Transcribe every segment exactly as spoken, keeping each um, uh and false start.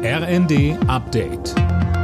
R N D Update.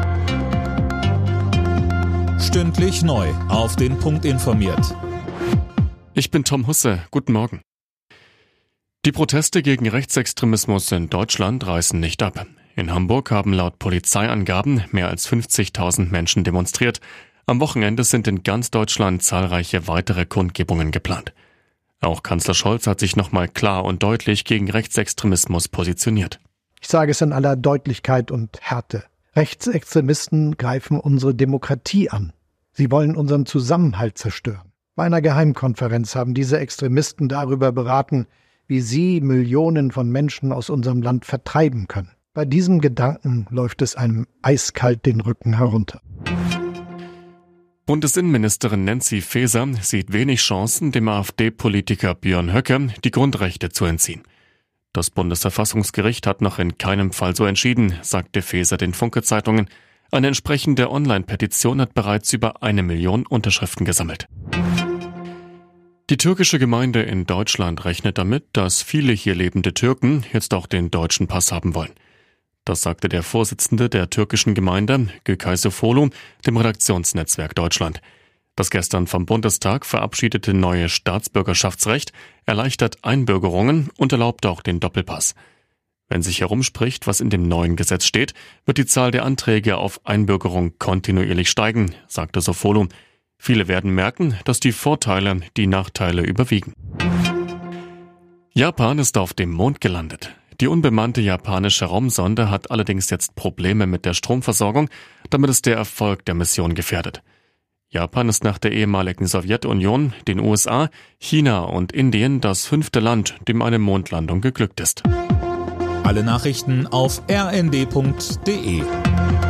Stündlich neu auf den Punkt informiert. Ich bin Tom Husse. Guten Morgen. Die Proteste gegen Rechtsextremismus in Deutschland reißen nicht ab. In Hamburg haben laut Polizeiangaben mehr als fünfzigtausend Menschen demonstriert. Am Wochenende sind in ganz Deutschland zahlreiche weitere Kundgebungen geplant. Auch Kanzler Scholz hat sich nochmal klar und deutlich gegen Rechtsextremismus positioniert. Ich sage es in aller Deutlichkeit und Härte. Rechtsextremisten greifen unsere Demokratie an. Sie wollen unseren Zusammenhalt zerstören. Bei einer Geheimkonferenz haben diese Extremisten darüber beraten, wie sie Millionen von Menschen aus unserem Land vertreiben können. Bei diesem Gedanken läuft es einem eiskalt den Rücken herunter. Bundesinnenministerin Nancy Faeser sieht wenig Chancen, dem AfD-Politiker Björn Höcke die Grundrechte zu entziehen. Das Bundesverfassungsgericht hat noch in keinem Fall so entschieden, sagte Faeser den Funke-Zeitungen. Eine entsprechende Online-Petition hat bereits über eine Million Unterschriften gesammelt. Die türkische Gemeinde in Deutschland rechnet damit, dass viele hier lebende Türken jetzt auch den deutschen Pass haben wollen. Das sagte der Vorsitzende der türkischen Gemeinde, Gökay Sefolu, dem Redaktionsnetzwerk Deutschland. Das gestern vom Bundestag verabschiedete neue Staatsbürgerschaftsrecht erleichtert Einbürgerungen und erlaubt auch den Doppelpass. Wenn sich herumspricht, was in dem neuen Gesetz steht, wird die Zahl der Anträge auf Einbürgerung kontinuierlich steigen, sagte Sefolu. Viele werden merken, dass die Vorteile die Nachteile überwiegen. Japan ist auf dem Mond gelandet. Die unbemannte japanische Raumsonde hat allerdings jetzt Probleme mit der Stromversorgung, damit es der Erfolg der Mission gefährdet. Japan ist nach der ehemaligen Sowjetunion, den U S A, China und Indien das fünfte Land, dem eine Mondlandung geglückt ist. Alle Nachrichten auf r n d punkt d e.